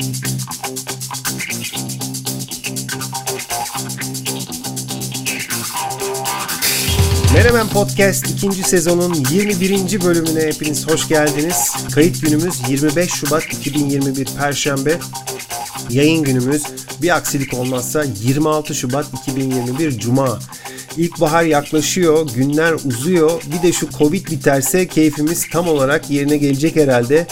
Menemen Podcast 2. sezonun 21. bölümüne hepiniz hoş geldiniz. Kayıt günümüz 25 Şubat 2021 Perşembe. Yayın günümüz bir aksilik olmazsa 26 Şubat 2021 Cuma. İlkbahar yaklaşıyor, günler uzuyor. Bir de şu Covid biterse keyfimiz tam olarak yerine gelecek herhalde.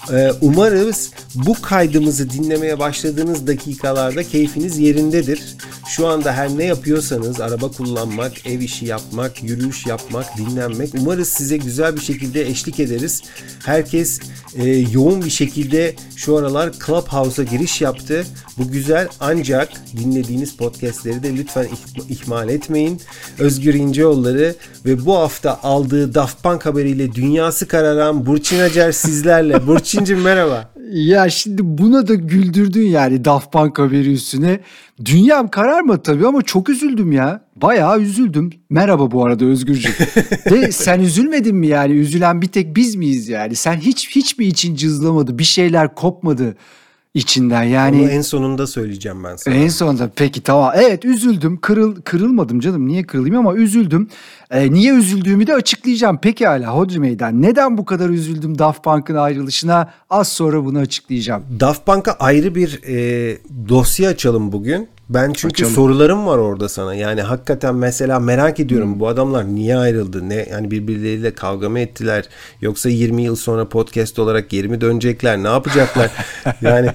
Umarız bu kaydımızı dinlemeye başladığınız dakikalarda keyfiniz yerindedir. Şu anda her ne yapıyorsanız, araba kullanmak, ev işi yapmak, yürüyüş yapmak, dinlenmek, umarız size güzel bir şekilde eşlik ederiz. Herkes yoğun bir şekilde şu aralar Clubhouse'a giriş yaptı. Bu güzel, ancak dinlediğiniz podcastleri de lütfen ihmal etmeyin. Özgür İnceoğulları ve bu hafta aldığı Daft Punk haberiyle dünyası kararan Burçin Acar sizlerle. Burçincim merhaba. Ya şimdi buna da güldürdün yani Daft Punk haberi üstüne. Dünyam kararmadı tabii ama çok üzüldüm ya. Bayağı üzüldüm. Merhaba bu arada Özgürcüğüm. Ve sen üzülmedin mi yani? Üzülen bir tek biz miyiz yani? Sen hiç mi için cızlamadı? Bir şeyler kopmadı içinden yani. Onu en sonunda söyleyeceğim ben sana. En sonunda peki tamam. Evet üzüldüm. Kırılmadım canım. Niye kırılayım ama üzüldüm. Niye üzüldüğümü de açıklayacağım. Pekala Hodri Meydan. Neden bu kadar üzüldüm Daft Punk'ın ayrılışına? Az sonra bunu açıklayacağım. Daft Punk'a ayrı bir dosya açalım bugün. Ben çünkü sorularım var orada sana. Yani hakikaten mesela merak ediyorum bu adamlar niye ayrıldı? Ne yani birbirleriyle kavga mı ettiler? Yoksa 20 yıl sonra podcast olarak geri mi dönecekler? Ne yapacaklar? Yani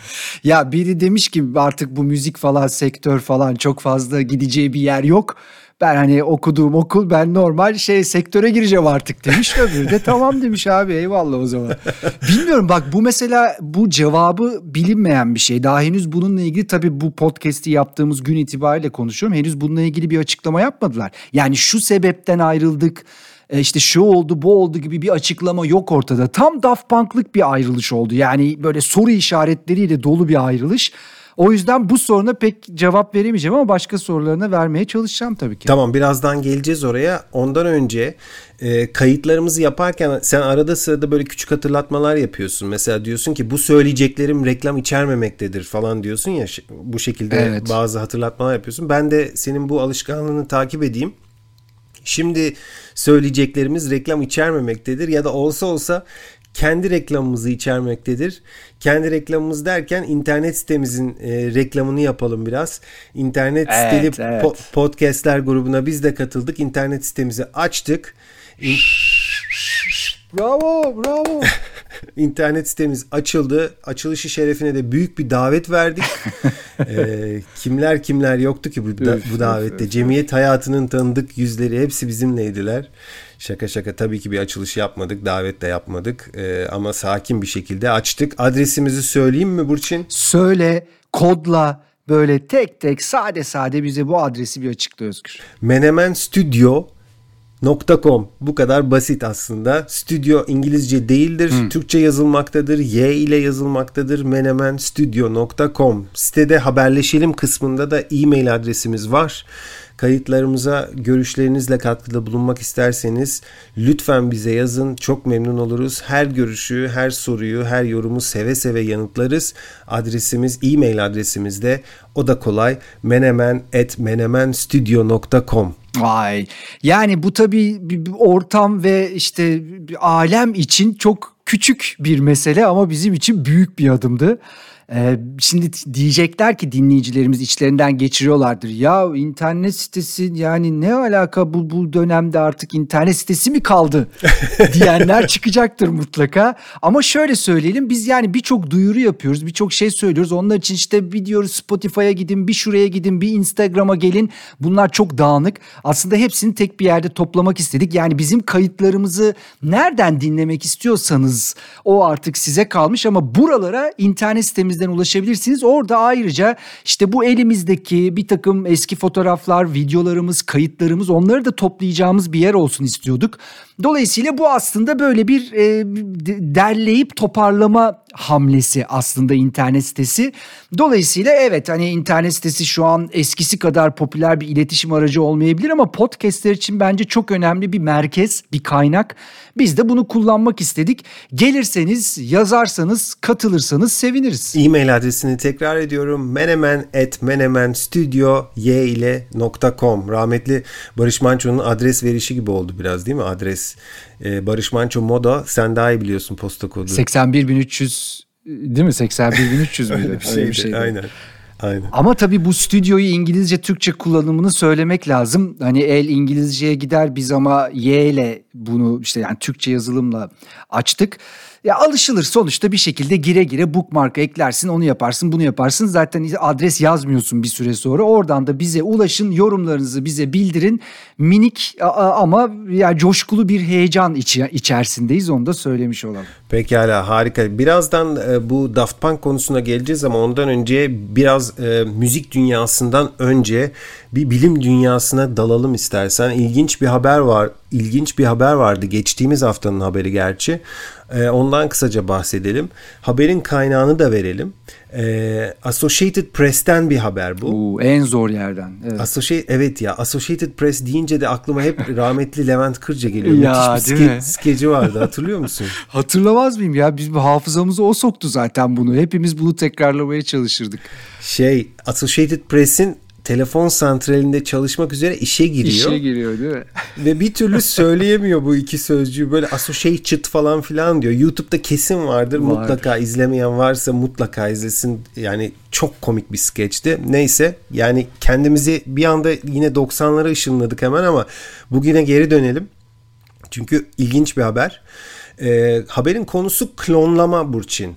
ya biri demiş ki artık bu müzik falan sektör falan çok fazla gideceği bir yer yok. Ben hani okuduğum okul ben normal sektöre gireceğim artık demiş. Öbürü de tamam demiş abi eyvallah o zaman. Bilmiyorum bak bu mesela bu cevabı bilinmeyen bir şey. Daha henüz bununla ilgili tabii bu podcast'i yaptığımız gün itibariyle konuşuyorum. Henüz bununla ilgili bir açıklama yapmadılar. Yani şu sebepten ayrıldık. İşte şu oldu bu oldu gibi bir açıklama yok ortada. Tam Daft Punk'lık bir ayrılış oldu. Yani böyle soru işaretleriyle dolu bir ayrılış. O yüzden bu soruna pek cevap veremeyeceğim ama başka sorularına vermeye çalışacağım tabii ki. Tamam birazdan geleceğiz oraya. Ondan önce kayıtlarımızı yaparken sen arada sırada böyle küçük hatırlatmalar yapıyorsun. Mesela diyorsun ki bu söyleyeceklerim reklam içermemektedir falan diyorsun ya bu şekilde evet. Bazı hatırlatmalar yapıyorsun. Ben de senin bu alışkanlığını takip edeyim. Şimdi söyleyeceklerimiz reklam içermemektedir ya da olsa kendi reklamımızı içermektedir. Kendi reklamımız derken internet sitemizin reklamını yapalım biraz. İnternet siteli podcastler grubuna biz de katıldık. İnternet sitemizi açtık. Bravo. İnternet sitemiz açıldı. Açılışı şerefine de büyük bir davet verdik. Kimler yoktu ki bu davette. Cemiyet hayatının tanıdık yüzleri hepsi bizimleydiler. Şaka tabii ki bir açılış yapmadık. Davet de yapmadık. Ama sakin bir şekilde açtık. Adresimizi söyleyeyim mi Burçin? Söyle, kodla böyle tek sade bize bu adresi bir açıkla Özgür. menemenstudio.com bu kadar basit aslında. Stüdyo İngilizce değildir. Türkçe yazılmaktadır. Y ile yazılmaktadır. menemenstudio.com sitede haberleşelim kısmında da e-mail adresimiz var. Kayıtlarımıza görüşlerinizle katkıda bulunmak isterseniz lütfen bize yazın. Çok memnun oluruz. Her görüşü, her soruyu, her yorumu seve yanıtlarız. Adresimiz, e-mail adresimiz de o da kolay. menemen@menemenstudio.com. Vay. Yani bu tabii bir ortam ve işte bir alem için çok küçük bir mesele ama bizim için büyük bir adımdı. Şimdi diyecekler ki dinleyicilerimiz içlerinden geçiriyorlardır. Ya internet sitesi yani ne alaka bu dönemde artık internet sitesi mi kaldı diyenler çıkacaktır mutlaka. Ama şöyle söyleyelim biz yani birçok duyuru yapıyoruz, birçok şey söylüyoruz. Onlar için işte bir diyoruz Spotify'a gidin, bir şuraya gidin, bir Instagram'a gelin. Bunlar çok dağınık. Aslında hepsini tek bir yerde toplamak istedik. Yani bizim kayıtlarımızı nereden dinlemek istiyorsanız o artık size kalmış ama buralara internet sitemizden ulaşabilirsiniz. Orada ayrıca işte bu elimizdeki bir takım eski fotoğraflar, videolarımız, kayıtlarımız onları da toplayacağımız bir yer olsun istiyorduk. Dolayısıyla bu aslında böyle bir derleyip toparlama hamlesi aslında internet sitesi. Dolayısıyla evet hani internet sitesi şu an eskisi kadar popüler bir iletişim aracı olmayabilir ama podcastler için bence çok önemli bir merkez, bir kaynak. Biz de bunu kullanmak istedik. Gelirseniz, yazarsanız, katılırsanız seviniriz. E-mail adresini tekrar ediyorum. menemen@menemenstudioy.com. Rahmetli Barış Manço'nun adres verişi gibi oldu biraz, değil mi? Adres. Barış Manço Moda, sen daha iyi biliyorsun posta kodu. 81.300 değil mi? 81.300 müydü? Öyle bir şeydi. Aynen. Ama tabii bu stüdyoyu İngilizce Türkçe kullanımını söylemek lazım. Hani el İngilizceye gider, biz ama Y ile bunu işte yani Türkçe yazılımla açtık. Ya alışılır, sonuçta bir şekilde gire gire bookmark'a eklersin, onu yaparsın, bunu yaparsın. Zaten adres yazmıyorsun bir süre sonra. Oradan da bize ulaşın, yorumlarınızı bize bildirin. Minik ama yani coşkulu bir heyecan içerisindeyiz, onu da söylemiş olalım. Pekala, harika. Birazdan bu Daft Punk konusuna geleceğiz ama ondan önce biraz müzik dünyasından önce bir bilim dünyasına dalalım istersen. İlginç bir haber vardı. Geçtiğimiz haftanın haberi gerçi. Ondan kısaca bahsedelim. Haberin kaynağını da verelim. Associated Press'ten bir haber bu. En zor yerden. Evet. Associated Press deyince de aklıma hep rahmetli Levent Kırca geliyor. Ya, müthiş bir skeci vardı, hatırlıyor musun? Hatırlamaz mıyım ya? Biz hafızamıza o soktu zaten bunu. Hepimiz bunu tekrarlamaya çalışırdık. Associated Press'in telefon santralinde çalışmak üzere işe giriyor. Değil mi? Ve bir türlü söyleyemiyor bu iki sözcüğü. Böyle associated falan filan diyor. YouTube'da kesin vardır. Mutlaka izlemeyen varsa mutlaka izlesin. Yani çok komik bir skeçti. Neyse, yani kendimizi bir anda yine 90'lara ışınladık hemen ama bugüne geri dönelim. Çünkü ilginç bir haber. Haberin konusu klonlama, Burçin.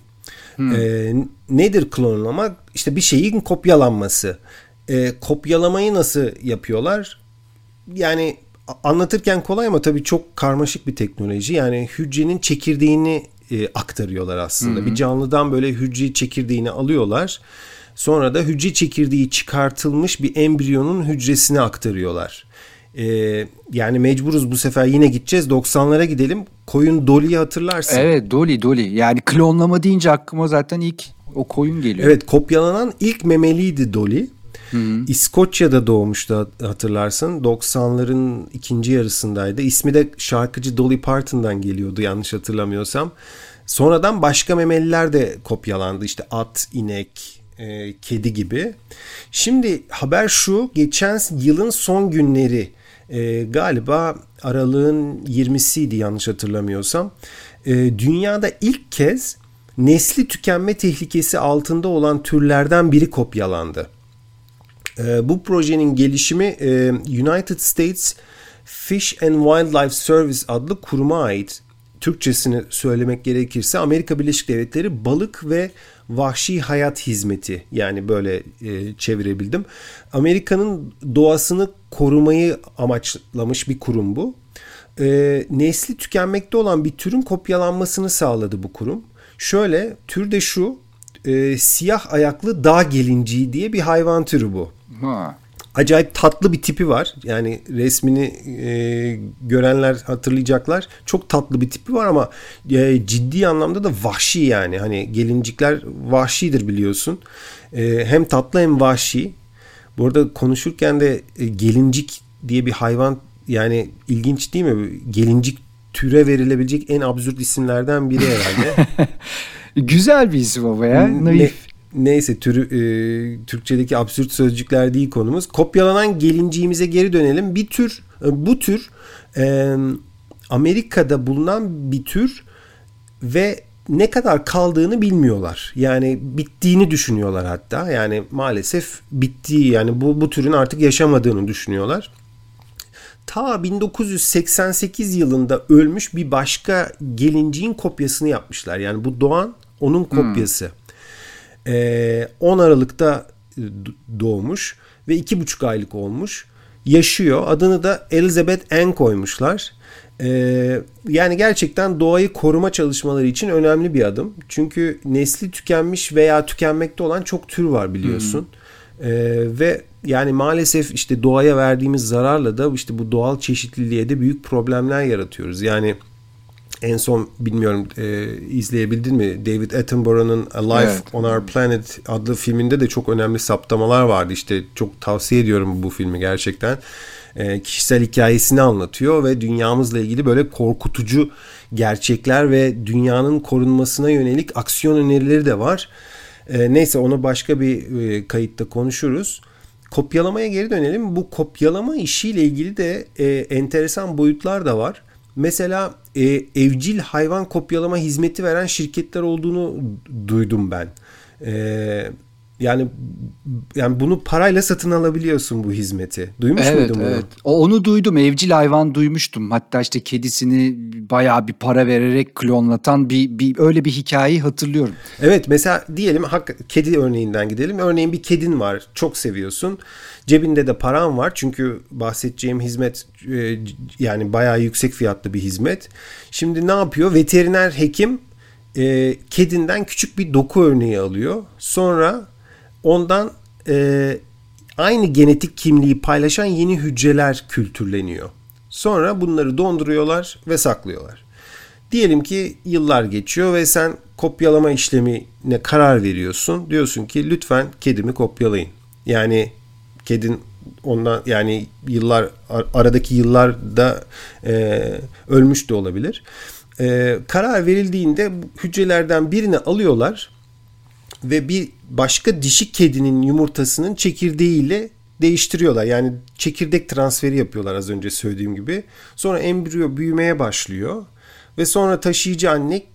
Nedir klonlama? İşte bir şeyin kopyalanması. Kopyalamayı nasıl yapıyorlar? Yani anlatırken kolay ama tabii çok karmaşık bir teknoloji. Yani hücrenin çekirdeğini aktarıyorlar aslında. Bir canlıdan böyle hücre çekirdeğini alıyorlar. Sonra da hücre çekirdeği çıkartılmış bir embriyonun hücresine aktarıyorlar. Yani mecburuz bu sefer, yine gideceğiz 90'lara gidelim. Koyun Dolly'yi hatırlarsın. Evet, Dolly. Yani klonlama deyince aklıma zaten ilk o koyun geliyor. Evet, kopyalanan ilk memeliydi Dolly. İskoçya'da doğmuştu, hatırlarsın. 90'ların ikinci yarısındaydı. İsmi de şarkıcı Dolly Parton'dan geliyordu yanlış hatırlamıyorsam. Sonradan başka memeliler de kopyalandı. İşte at, inek, kedi gibi. Şimdi haber şu: geçen yılın son günleri, galiba aralığın 20'siydi yanlış hatırlamıyorsam. Dünyada ilk kez nesli tükenme tehlikesi altında olan türlerden biri kopyalandı. Bu projenin gelişimi United States Fish and Wildlife Service adlı kuruma ait. Türkçesini söylemek gerekirse Amerika Birleşik Devletleri Balık ve Vahşi Hayat Hizmeti, yani böyle çevirebildim. Amerika'nın doğasını korumayı amaçlamış bir kurum bu. Nesli tükenmekte olan bir türün kopyalanmasını sağladı bu kurum. Şöyle, tür de şu: siyah ayaklı dağ gelinciği diye bir hayvan türü bu. Acayip tatlı bir tipi var. Yani resmini görenler hatırlayacaklar. Çok tatlı bir tipi var ama ciddi anlamda da vahşi yani. Hani gelincikler vahşidir biliyorsun. Hem tatlı hem vahşi. Bu arada konuşurken de gelincik diye bir hayvan, yani ilginç değil mi? Gelincik türe verilebilecek en absürt isimlerden biri herhalde. Güzel bir isim ama ya. Naif. Neyse, Türkçedeki absürt sözcükler değil konumuz. Kopyalanan gelinciğimize geri dönelim. Bu tür Amerika'da bulunan bir tür ve ne kadar kaldığını bilmiyorlar. Yani bittiğini düşünüyorlar hatta. Yani maalesef bittiği, yani bu türün artık yaşamadığını düşünüyorlar. Ta 1988 yılında ölmüş bir başka gelinciğin kopyasını yapmışlar. Yani bu doğan onun kopyası. 10 Aralık'ta doğmuş ve 2,5 aylık olmuş. Yaşıyor. Adını da Elizabeth Ann koymuşlar. Yani gerçekten doğayı koruma çalışmaları için önemli bir adım. Çünkü nesli tükenmiş veya tükenmekte olan çok tür var biliyorsun. Ve yani maalesef işte doğaya verdiğimiz zararla da işte bu doğal çeşitliliğe de büyük problemler yaratıyoruz. Yani en son, bilmiyorum izleyebildin mi? David Attenborough'un A Life on Our Planet adlı filminde de çok önemli saptamalar vardı. İşte çok tavsiye ediyorum bu filmi gerçekten. Kişisel hikayesini anlatıyor ve dünyamızla ilgili böyle korkutucu gerçekler ve dünyanın korunmasına yönelik aksiyon önerileri de var. Neyse onu başka bir kayıtta konuşuruz. Kopyalamaya geri dönelim. Bu kopyalama işiyle ilgili de enteresan boyutlar da var. Mesela evcil hayvan kopyalama hizmeti veren şirketler olduğunu duydum ben. Yani bunu parayla satın alabiliyorsun bu hizmeti. Duymuş muydun bunu? Evet. Onu duydum. Evcil hayvan duymuştum. Hatta işte kedisini bayağı bir para vererek klonlatan öyle bir hikayeyi hatırlıyorum. Evet, mesela diyelim kedi örneğinden gidelim. Örneğin bir kedin var. Çok seviyorsun. Cebinde de paran var. Çünkü bahsedeceğim hizmet yani bayağı yüksek fiyatlı bir hizmet. Şimdi ne yapıyor? Veteriner hekim kedinden küçük bir doku örneği alıyor. Sonra ondan aynı genetik kimliği paylaşan yeni hücreler kültürleniyor. Sonra bunları donduruyorlar ve saklıyorlar. Diyelim ki yıllar geçiyor ve sen kopyalama işlemine karar veriyorsun. Diyorsun ki lütfen kedimi kopyalayın. Yani kedin ondan, yani aradaki yıllarda ölmüş de olabilir. Karar verildiğinde hücrelerden birini alıyorlar ve bir başka dişi kedinin yumurtasının çekirdeğiyle değiştiriyorlar. Yani çekirdek transferi yapıyorlar az önce söylediğim gibi. Sonra embriyo büyümeye başlıyor ve sonra taşıyıcı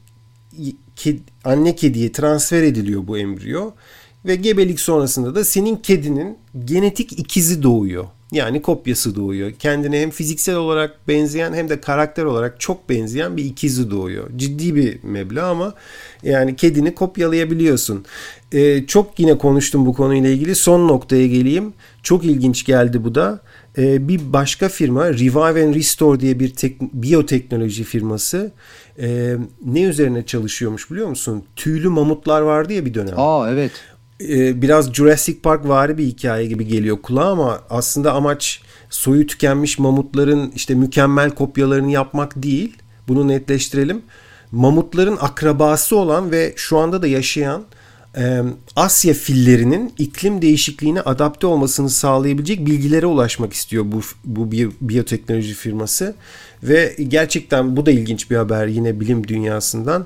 anne kediye transfer ediliyor bu embriyo ve gebelik sonrasında da senin kedinin genetik ikizi doğuyor. Yani kopyası doğuyor. Kendine hem fiziksel olarak benzeyen hem de karakter olarak çok benzeyen bir ikizi doğuyor. Ciddi bir meblağ ama yani kedini kopyalayabiliyorsun. Çok yine konuştum bu konuyla ilgili. Son noktaya geleyim. Çok ilginç geldi bu da. Bir başka firma Revive and Restore diye bir biyoteknoloji firması ne üzerine çalışıyormuş biliyor musun? Tüylü mamutlar vardı ya bir dönem. Evet. Biraz Jurassic Park vari bir hikaye gibi geliyor kulağa ama aslında amaç soyu tükenmiş mamutların işte mükemmel kopyalarını yapmak değil. Bunu netleştirelim. Mamutların akrabası olan ve şu anda da yaşayan Asya fillerinin iklim değişikliğine adapte olmasını sağlayabilecek bilgilere ulaşmak istiyor bu biyoteknoloji firması. Ve gerçekten bu da ilginç bir haber yine bilim dünyasından.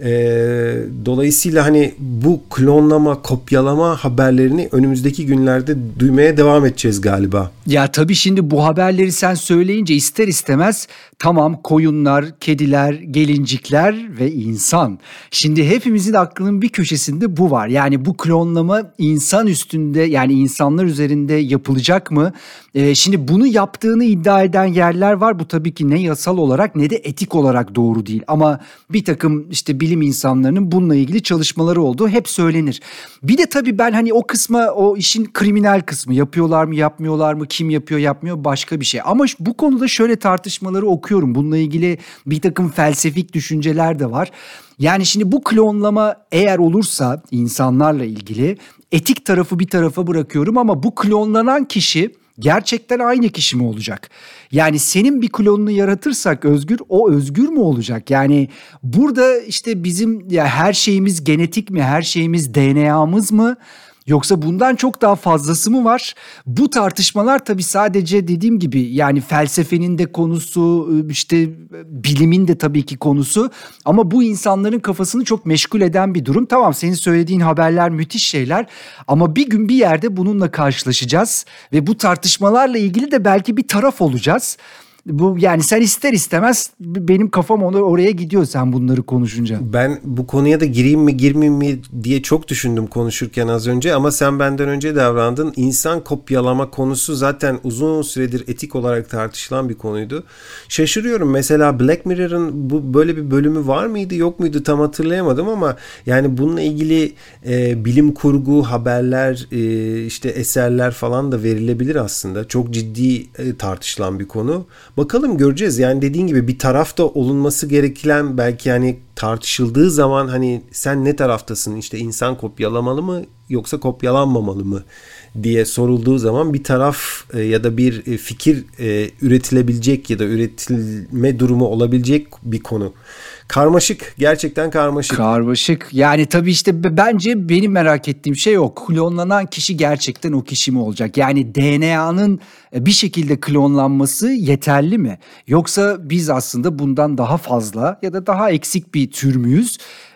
Dolayısıyla hani bu klonlama, kopyalama haberlerini önümüzdeki günlerde duymaya devam edeceğiz galiba. Ya tabii şimdi bu haberleri sen söyleyince ister istemez tamam koyunlar, kediler, gelincikler ve insan. Şimdi hepimizin aklının bir köşesinde bu var. Yani bu klonlama insan üstünde yani insanlar üzerinde yapılacak mı? Şimdi bunu yaptığını iddia eden yerler var. Bu tabii ki ne yasal olarak ne de etik olarak doğru değil. Ama bir takım işte bilim insanlarının bununla ilgili çalışmaları olduğu hep söylenir. Bir de tabii ben hani o kısma, o işin kriminal kısmı, yapıyorlar mı yapmıyorlar mı, kim yapıyor yapmıyor başka bir şey. Ama bu konuda şöyle tartışmaları okuyorum. Bununla ilgili bir takım felsefik düşünceler de var. Yani şimdi bu klonlama eğer olursa insanlarla ilgili etik tarafı bir tarafa bırakıyorum ama bu klonlanan kişi gerçekten aynı kişi mi olacak? Yani senin bir klonunu yaratırsak Özgür, o Özgür mü olacak? Yani burada işte bizim ya her şeyimiz genetik mi, her şeyimiz DNA'mız mı? Yoksa bundan çok daha fazlası mı var? Bu tartışmalar tabii sadece dediğim gibi yani felsefenin de konusu, işte bilimin de tabii ki konusu. Ama bu insanların kafasını çok meşgul eden bir durum. Tamam, senin söylediğin haberler müthiş şeyler ama bir gün bir yerde bununla karşılaşacağız ve bu tartışmalarla ilgili de belki bir taraf olacağız. Bu yani sen ister istemez benim kafam oraya gidiyor sen bunları konuşunca. Ben bu konuya da gireyim mi girmeyeyim mi diye çok düşündüm konuşurken az önce ama sen benden önce davrandın. İnsan kopyalama konusu zaten uzun süredir etik olarak tartışılan bir konuydu. Şaşırıyorum, mesela Black Mirror'ın böyle bir bölümü var mıydı yok muydu tam hatırlayamadım ama yani bununla ilgili bilim kurgu haberler işte eserler falan da verilebilir aslında. Çok ciddi tartışılan bir konu. Bakalım, göreceğiz. Yani dediğin gibi bir tarafta olunması gereken belki hani tartışıldığı zaman hani sen ne taraftasın, işte insan kopyalamalı mı yoksa kopyalanmamalı mı diye sorulduğu zaman bir taraf ya da bir fikir üretilebilecek ya da üretilme durumu olabilecek bir konu. Karmaşık, gerçekten karmaşık. Karmaşık. Yani tabii işte bence benim merak ettiğim şey o. Klonlanan kişi gerçekten o kişi mi olacak? Yani DNA'nın bir şekilde klonlanması yeterli mi? Yoksa biz aslında bundan daha fazla ya da daha eksik bir tür müyüz?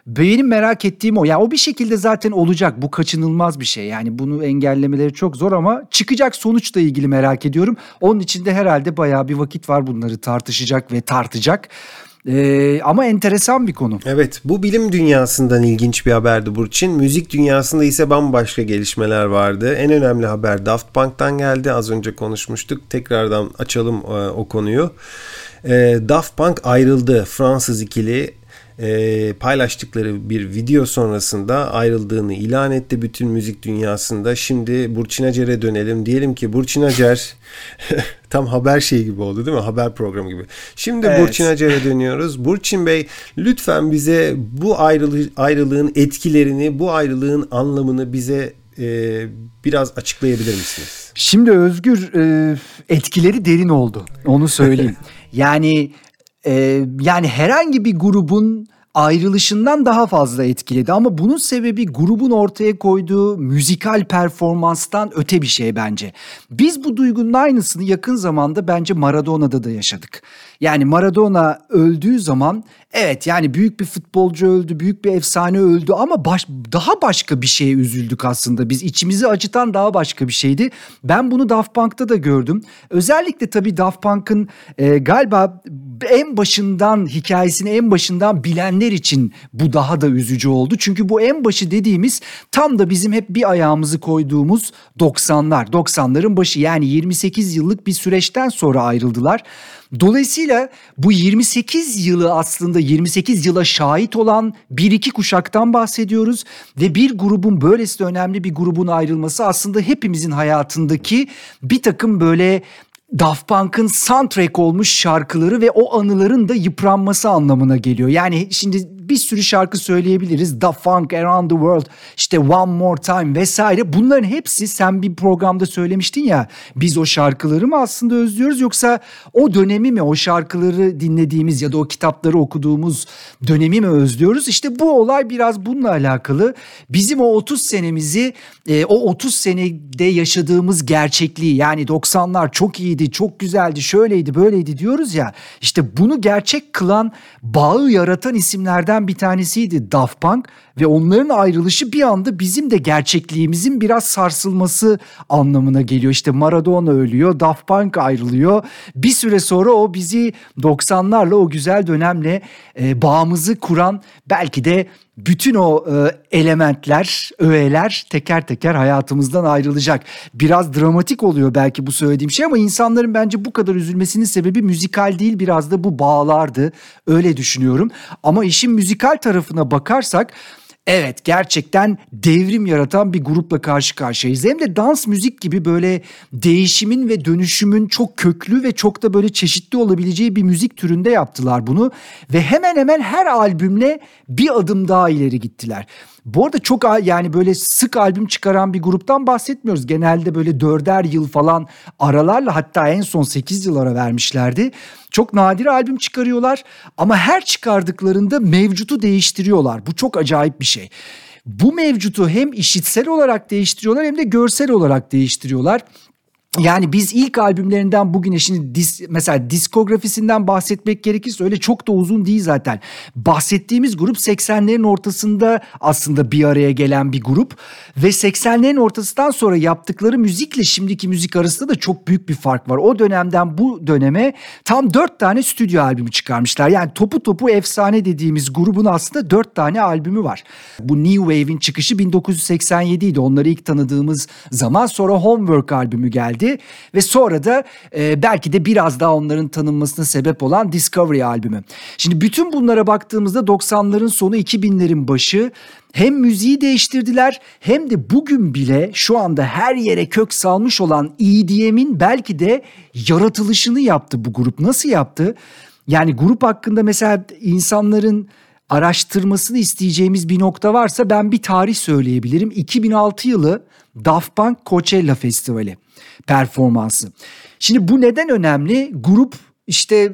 Benim merak ettiğim o. Ya o bir şekilde zaten olacak. Bu kaçınılmaz bir şey. Yani bunu engellemeleri çok zor ama çıkacak sonuçla ilgili merak ediyorum. Onun için de herhalde bayağı bir vakit var bunları tartışacak ve tartacak. Ama enteresan bir konu. Evet, bu bilim dünyasından ilginç bir haberdi Burçin. Müzik dünyasında ise bambaşka gelişmeler vardı. En önemli haber Daft Punk'tan geldi. Az önce konuşmuştuk. Tekrardan açalım o konuyu. Daft Punk ayrıldı. Fransız ikili paylaştıkları bir video sonrasında ayrıldığını ilan etti bütün müzik dünyasında. Şimdi Burçin Acer'e dönelim. Diyelim ki Burçin Acer tam haber şeyi gibi oldu değil mi? Haber programı gibi. Şimdi evet. Burçin Acer'e dönüyoruz. Burçin Bey, lütfen bize bu ayrılığın etkilerini, bu ayrılığın anlamını bize biraz açıklayabilir misiniz? Şimdi Özgür, etkileri derin oldu. Onu söyleyeyim. Yani herhangi bir grubun ayrılışından daha fazla etkiledi ama bunun sebebi grubun ortaya koyduğu müzikal performanstan öte bir şey bence. Biz bu duygunun aynısını yakın zamanda bence Maradona'da da yaşadık. Yani Maradona öldüğü zaman evet yani büyük bir futbolcu öldü, büyük bir efsane öldü ama daha başka bir şeye üzüldük aslında. Biz içimizi acıtan daha başka bir şeydi. Ben bunu Daft Punk'ta da gördüm. Özellikle tabii Daft Punk'ın galiba hikayesini en başından bilenler için bu daha da üzücü oldu. Çünkü bu en başı dediğimiz tam da bizim hep bir ayağımızı koyduğumuz 90'ların başı, yani 28 yıllık bir süreçten sonra ayrıldılar. Dolayısıyla bu 28 yılı aslında 28 yıla şahit olan bir iki kuşaktan bahsediyoruz ve bir grubun, böylesi önemli bir grubun ayrılması aslında hepimizin hayatındaki bir takım böyle Daft Punk'ın soundtrack olmuş şarkıları ve o anıların da yıpranması anlamına geliyor. Yani şimdi bir sürü şarkı söyleyebiliriz. Daft Punk, Around the World, işte One More Time vesaire. Bunların hepsi, sen bir programda söylemiştin ya, biz o şarkıları mı aslında özlüyoruz yoksa o dönemi mi, o şarkıları dinlediğimiz ya da o kitapları okuduğumuz dönemi mi özlüyoruz? İşte bu olay biraz bununla alakalı. Bizim o 30 senemizi, o 30 senede yaşadığımız gerçekliği, yani 90'lar çok iyiydi, çok güzeldi, şöyleydi, böyleydi diyoruz ya. İşte bunu gerçek kılan, bağı yaratan isimlerden bir tanesiydi Daft Punk ve onların ayrılışı bir anda bizim de gerçekliğimizin biraz sarsılması anlamına geliyor. İşte Maradona ölüyor, Daft Punk ayrılıyor. Bir süre sonra o bizi 90'larla, o güzel dönemle bağımızı kuran, belki de bütün o elementler, öğeler teker teker hayatımızdan ayrılacak. Biraz dramatik oluyor belki bu söylediğim şey ama insanların bence bu kadar üzülmesinin sebebi müzikal değil, biraz da bu bağlardı. Öyle düşünüyorum. Ama işin müzikal tarafına bakarsak, evet, gerçekten devrim yaratan bir grupla karşı karşıyayız. Hem de dans müzik gibi böyle değişimin ve dönüşümün çok köklü ve çok da böyle çeşitli olabileceği bir müzik türünde yaptılar bunu. Ve hemen hemen her albümle bir adım daha ileri gittiler. Bu arada çok, yani böyle sık albüm çıkaran bir gruptan bahsetmiyoruz. Genelde böyle 4'er yıl falan aralarla, hatta en son 8 yıl ara vermişlerdi. Çok nadir albüm çıkarıyorlar ama her çıkardıklarında mevcutu değiştiriyorlar. Bu çok acayip bir şey. Bu mevcutu hem işitsel olarak değiştiriyorlar hem de görsel olarak değiştiriyorlar. Yani biz ilk albümlerinden bugüne, şimdi mesela diskografisinden bahsetmek gerekirse öyle çok da uzun değil zaten. Bahsettiğimiz grup 80'lerin ortasında aslında bir araya gelen bir grup ve 80'lerin ortasından sonra yaptıkları müzikle şimdiki müzik arasında da çok büyük bir fark var. O dönemden bu döneme tam 4 tane stüdyo albümü çıkarmışlar. Yani topu efsane dediğimiz grubun aslında 4 tane albümü var. Bu New Wave'in çıkışı 1987 idi. Onları ilk tanıdığımız zaman, sonra Homework albümü geldi. Ve sonra da belki de biraz daha onların tanınmasına sebep olan Discovery albümü. Şimdi bütün bunlara baktığımızda 90'ların sonu 2000'lerin başı, hem müziği değiştirdiler hem de bugün bile şu anda her yere kök salmış olan EDM'in belki de yaratılışını yaptı bu grup. Nasıl yaptı? Yani grup hakkında mesela insanların araştırmasını isteyeceğimiz bir nokta varsa ben bir tarih söyleyebilirim. 2006 yılı Daft Punk Coachella Festivali performansı. Şimdi bu neden önemli? Grup işte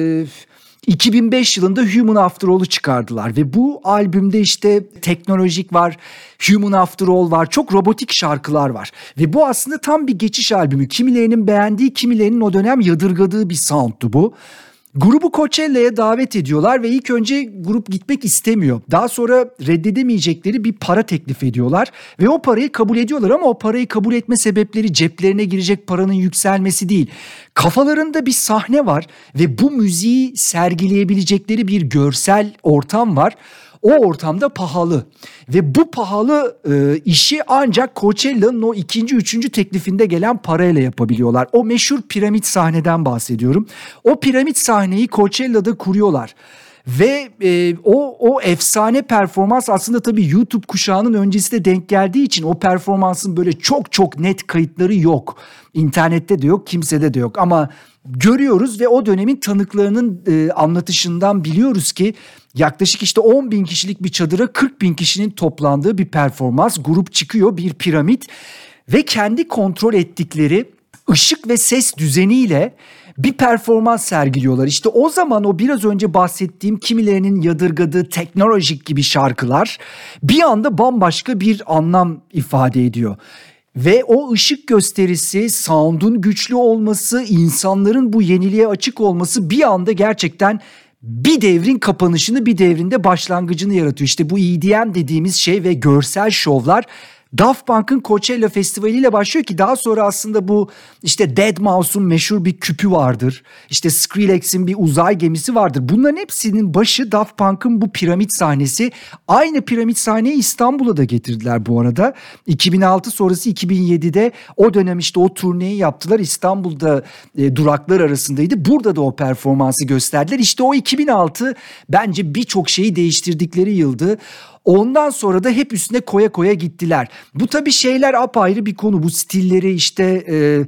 2005 yılında Human After All'u çıkardılar ve bu albümde işte teknolojik var, Human After All var, çok robotik şarkılar var. Ve bu aslında tam bir geçiş albümü. Kimilerinin beğendiği, kimilerinin o dönem yadırgadığı bir sound'tu bu. Grubu Coachella'ya davet ediyorlar ve ilk önce grup gitmek istemiyor. Daha sonra reddedemeyecekleri bir para teklif ediyorlar ve o parayı kabul ediyorlar ama o parayı kabul etme sebepleri ceplerine girecek paranın yükselmesi değil. Kafalarında bir sahne var ve bu müziği sergileyebilecekleri bir görsel ortam var. O ortamda pahalı ve bu pahalı işi ancak Coachella'nın o ikinci, üçüncü teklifinde gelen parayla yapabiliyorlar. O meşhur piramit sahneden bahsediyorum. O piramit sahneyi Coachella'da kuruyorlar. Ve o efsane performans aslında tabii YouTube kuşağının öncesinde denk geldiği için o performansın böyle çok çok net kayıtları yok. İnternette de yok, kimsede de yok ama görüyoruz ve o dönemin tanıklarının anlatışından biliyoruz ki yaklaşık işte 10 bin kişilik bir çadıra 40 bin kişinin toplandığı bir performans. Grup çıkıyor, bir piramit ve kendi kontrol ettikleri ışık ve ses düzeniyle bir performans sergiliyorlar. İşte o zaman o biraz önce bahsettiğim kimilerinin yadırgadığı teknolojik gibi şarkılar bir anda bambaşka bir anlam ifade ediyor. Ve o ışık gösterisi, sound'un güçlü olması, insanların bu yeniliğe açık olması bir anda gerçekten bir devrin kapanışını, bir devrinde başlangıcını yaratıyor. İşte bu EDM dediğimiz şey ve görsel şovlar Daft Punk'ın Coachella Festivali ile başlıyor ki daha sonra aslında bu işte Deadmau5'un meşhur bir küpü vardır. İşte Skrillex'in bir uzay gemisi vardır. Bunların hepsinin başı Daft Punk'ın bu piramit sahnesi. Aynı piramit sahneyi İstanbul'a da getirdiler bu arada. 2006 sonrası 2007'de o dönem işte o turneyi yaptılar. İstanbul'da duraklar arasındaydı. Burada da o performansı gösterdiler. İşte o 2006 bence birçok şeyi değiştirdikleri yıldı. Ondan sonra da hep üstüne koya koya gittiler. Bu tabii şeyler apayrı bir konu. Bu stilleri işte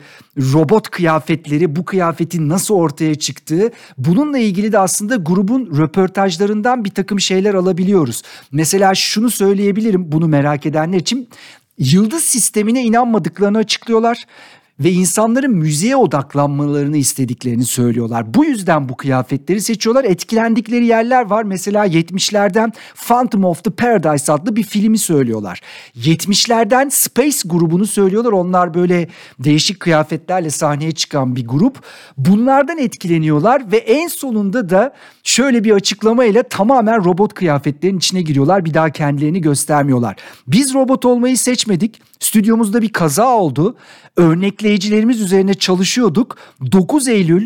robot kıyafetleri, bu kıyafetin nasıl ortaya çıktığı. Bununla ilgili de aslında grubun röportajlarından bir takım şeyler alabiliyoruz. Mesela şunu söyleyebilirim bunu merak edenler için. Yıldız sistemine inanmadıklarını açıklıyorlar. Ve insanların müziğe odaklanmalarını istediklerini söylüyorlar. Bu yüzden bu kıyafetleri seçiyorlar. Etkilendikleri yerler var. Mesela 70'lerden Phantom of the Paradise adlı bir filmi söylüyorlar. 70'lerden Space grubunu söylüyorlar. Onlar böyle değişik kıyafetlerle sahneye çıkan bir grup. Bunlardan etkileniyorlar ve en sonunda da şöyle bir açıklamayla tamamen robot kıyafetlerin içine giriyorlar. Bir daha kendilerini göstermiyorlar. Biz robot olmayı seçmedik. Stüdyomuzda bir kaza oldu. Örnekleyicilerimiz üzerine çalışıyorduk. 9 Eylül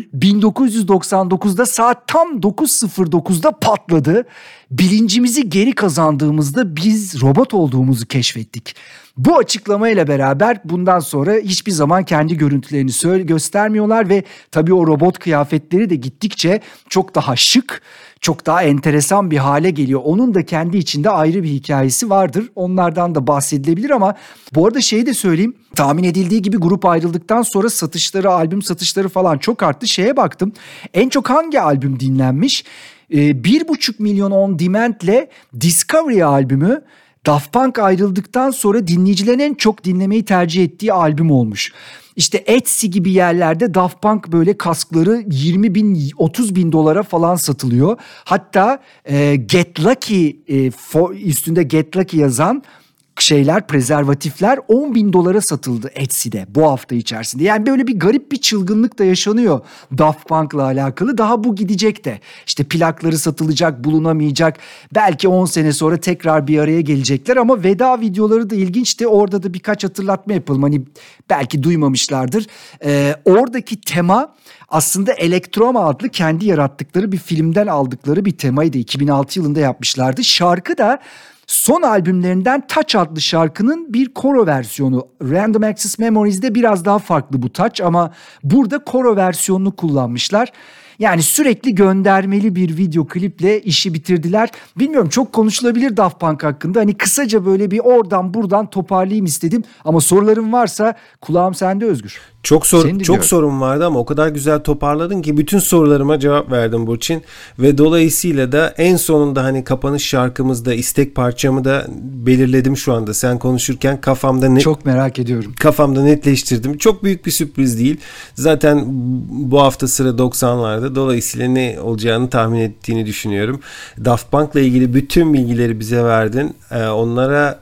1999'da saat tam 9.09'da patladı. Bilincimizi geri kazandığımızda biz robot olduğumuzu keşfettik. Bu açıklamayla beraber bundan sonra hiçbir zaman kendi görüntülerini göstermiyorlar ve tabii o robot kıyafetleri de gittikçe çok daha şık, çok daha enteresan bir hale geliyor. Onun da kendi içinde ayrı bir hikayesi vardır. Onlardan da bahsedilebilir ama bu arada şeyi de söyleyeyim. Tahmin edildiği gibi grup ayrıldıktan sonra satışları, albüm satışları falan çok arttı. Şeye baktım. En çok hangi albüm dinlenmiş? 1,5 milyon on demand'le Discovery albümü Daft Punk ayrıldıktan sonra dinleyicilerin en çok dinlemeyi tercih ettiği albüm olmuş. İşte Etsy gibi yerlerde Daft Punk böyle kaskları 20 bin 30 bin dolara falan satılıyor. Hatta Get Lucky üstünde Get Lucky yazan şeyler, prezervatifler 10 bin dolara satıldı Etsy'de bu hafta içerisinde. Yani böyle bir garip bir çılgınlık da yaşanıyor Daft Punk'la alakalı. Daha bu gidecek de. İşte plakları satılacak, bulunamayacak. Belki 10 sene sonra tekrar bir araya gelecekler ama veda videoları da ilginçti. Orada da birkaç hatırlatma yapalım. Hani belki duymamışlardır. Oradaki tema aslında Elektroma adlı kendi yarattıkları bir filmden aldıkları bir temaydı. 2006 yılında yapmışlardı. Şarkı da son albümlerinden Touch adlı şarkının bir koro versiyonu. Random Access Memories'de biraz daha farklı bu Touch ama burada koro versiyonunu kullanmışlar. Yani sürekli göndermeli bir video kliple işi bitirdiler. Bilmiyorum, çok konuşulabilir Daft Punk hakkında. Hani kısaca böyle bir oradan buradan toparlayayım istedim. Ama sorularım varsa kulağım sende Özgür. Çok sorun vardı ama o kadar güzel toparladın ki bütün sorularıma cevap verdin Burçin. Ve dolayısıyla da en sonunda hani kapanış şarkımızda istek parçamı da belirledim şu anda. Sen konuşurken çok merak ediyorum. Kafamda netleştirdim. Çok büyük bir sürpriz değil. Zaten bu hafta sıra 90'larda. Dolayısıyla ne olacağını tahmin ettiğini düşünüyorum. Daft Punk'la ilgili bütün bilgileri bize verdin. Onlara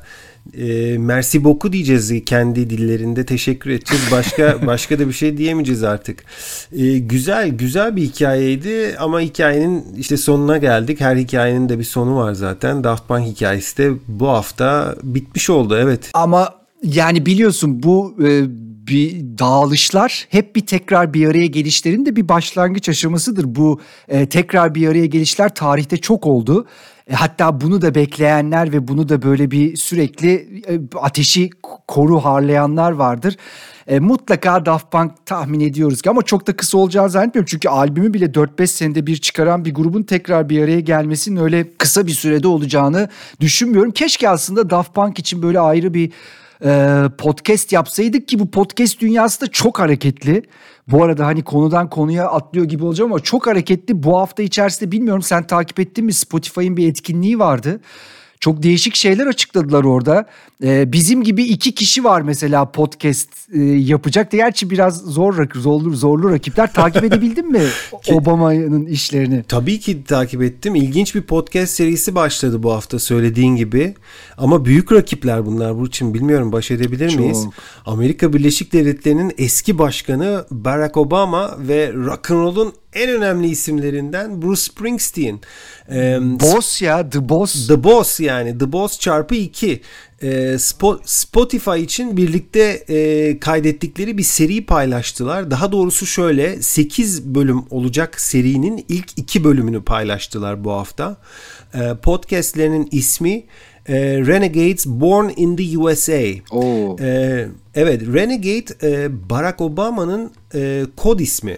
Merci beaucoup diyeceğiz kendi dillerinde. Teşekkür edeceğiz. Başka da bir şey diyemeyeceğiz artık. Güzel bir hikayeydi ama hikayenin işte sonuna geldik. Her hikayenin de bir sonu var zaten. Daft Punk hikayesi de bu hafta bitmiş oldu. Evet. Ama yani biliyorsun bu bir dağılışlar hep bir tekrar bir araya gelişlerin de bir başlangıç aşamasıdır. Bu tekrar bir araya gelişler tarihte çok oldu. Hatta bunu da bekleyenler ve bunu da böyle bir sürekli ateşi koru harlayanlar vardır. Mutlaka Daft Punk tahmin ediyoruz ki ama çok da kısa olacağını zannetmiyorum. Çünkü albümü bile 4-5 senede bir çıkaran bir grubun tekrar bir araya gelmesinin öyle kısa bir sürede olacağını düşünmüyorum. Keşke aslında Daft Punk için böyle ayrı bir podcast yapsaydık ki bu podcast dünyası da çok hareketli. Bu arada hani konudan konuya atlıyor gibi olacağım ama çok hareketli. Bu hafta içerisinde bilmiyorum sen takip ettin mi, Spotify'ın bir etkinliği vardı. Çok değişik şeyler açıkladılar orada. Bizim gibi 2 kişi var mesela podcast yapacak. Gerçi biraz zorlu rakipler. Takip edebildin mi Obama'nın işlerini? Tabii ki takip ettim. İlginç bir podcast serisi başladı bu hafta söylediğin gibi. Ama büyük rakipler bunlar. Bu için bilmiyorum baş edebilir miyiz? Amerika Birleşik Devletleri'nin eski başkanı Barack Obama ve rock'n'roll'un en önemli isimlerinden Bruce Springsteen. Boss ya, The Boss. The Boss yani. The Boss çarpı 2. Spotify için birlikte kaydettikleri bir seri paylaştılar. Daha doğrusu şöyle 8 bölüm olacak serinin ilk 2 bölümünü paylaştılar bu hafta. Podcastlerinin ismi Renegades Born in the USA. Evet, Renegade Barack Obama'nın kod ismi.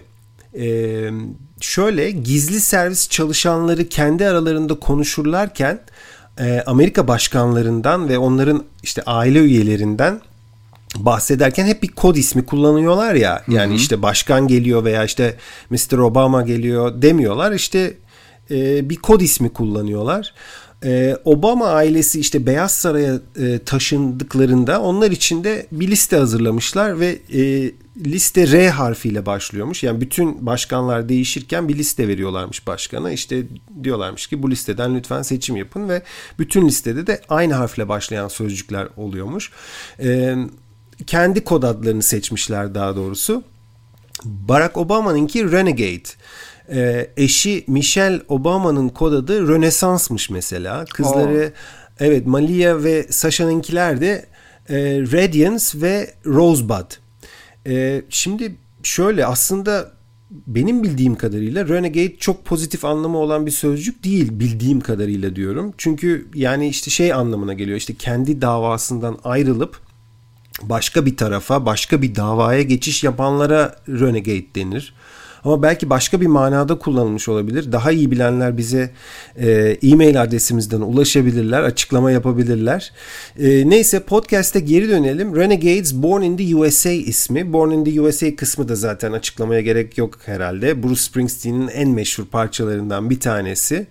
Şöyle gizli servis çalışanları kendi aralarında konuşurlarken Amerika başkanlarından ve onların işte aile üyelerinden bahsederken hep bir kod ismi kullanıyorlar ya. Yani işte başkan geliyor veya işte Mr. Obama geliyor demiyorlar. İşte bir kod ismi kullanıyorlar. Obama ailesi işte Beyaz Saray'a taşındıklarında onlar için de bir liste hazırlamışlar ve liste R harfiyle başlıyormuş. Yani bütün başkanlar değişirken bir liste veriyorlarmış başkana. İşte diyorlarmış ki bu listeden lütfen seçim yapın ve bütün listede de aynı harfle başlayan sözcükler oluyormuş. Kendi kod adlarını seçmişler daha doğrusu. Barack Obama'nınki Renegade. Eşi Michelle Obama'nın kod adı Rönesans'mış mesela. Kızları evet Malia ve Sasha'nınkiler de Radiance ve Rosebud. Şimdi şöyle aslında benim bildiğim kadarıyla Renegade çok pozitif anlamı olan bir sözcük değil bildiğim kadarıyla diyorum. Çünkü yani işte şey anlamına geliyor işte kendi davasından ayrılıp başka bir tarafa başka bir davaya geçiş yapanlara Renegade denir. Ama belki başka bir manada kullanılmış olabilir. Daha iyi bilenler bize e-mail adresimizden ulaşabilirler, açıklama yapabilirler. Neyse podcast'e geri dönelim. Renegades Born in the USA ismi. Born in the USA kısmı da zaten açıklamaya gerek yok herhalde. Bruce Springsteen'in en meşhur parçalarından bir tanesi.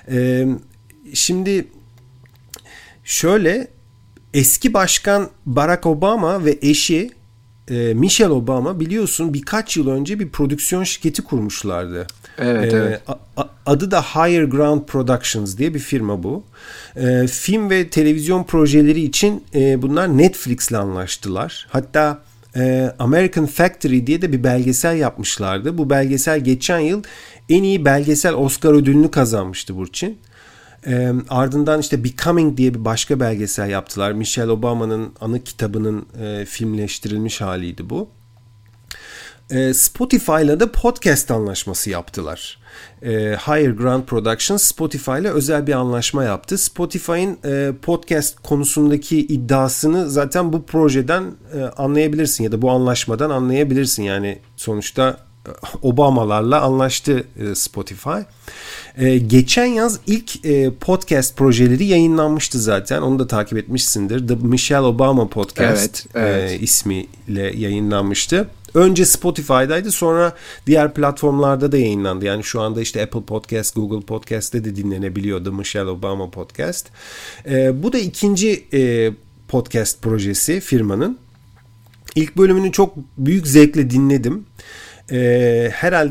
Şimdi şöyle eski başkan Barack Obama ve eşi Michelle Obama biliyorsun birkaç yıl önce bir prodüksiyon şirketi kurmuşlardı. Evet. Adı da Higher Ground Productions diye bir firma bu. Film ve televizyon projeleri için bunlar Netflix'le anlaştılar. Hatta American Factory diye de bir belgesel yapmışlardı. Bu belgesel geçen yıl en iyi belgesel Oscar ödülünü kazanmıştı Burçin. Ardından işte Becoming diye bir başka belgesel yaptılar. Michelle Obama'nın anı kitabının filmleştirilmiş haliydi bu. Spotify'la da podcast anlaşması yaptılar. Higher Ground Productions Spotify'la özel bir anlaşma yaptı. Spotify'ın podcast konusundaki iddiasını zaten bu projeden anlayabilirsin ya da bu anlaşmadan anlayabilirsin. Yani sonuçta Obamalarla anlaştı Spotify. Geçen yaz ilk podcast projeleri yayınlanmıştı zaten. Onu da takip etmişsindir. The Michelle Obama Podcast ismiyle yayınlanmıştı. Önce Spotify'daydı, sonra diğer platformlarda da yayınlandı. Yani şu anda işte Apple Podcast, Google Podcast'te de dinlenebiliyor The Michelle Obama Podcast. Bu da ikinci podcast projesi firmanın. İlk bölümünü çok büyük zevkle dinledim. Herhalde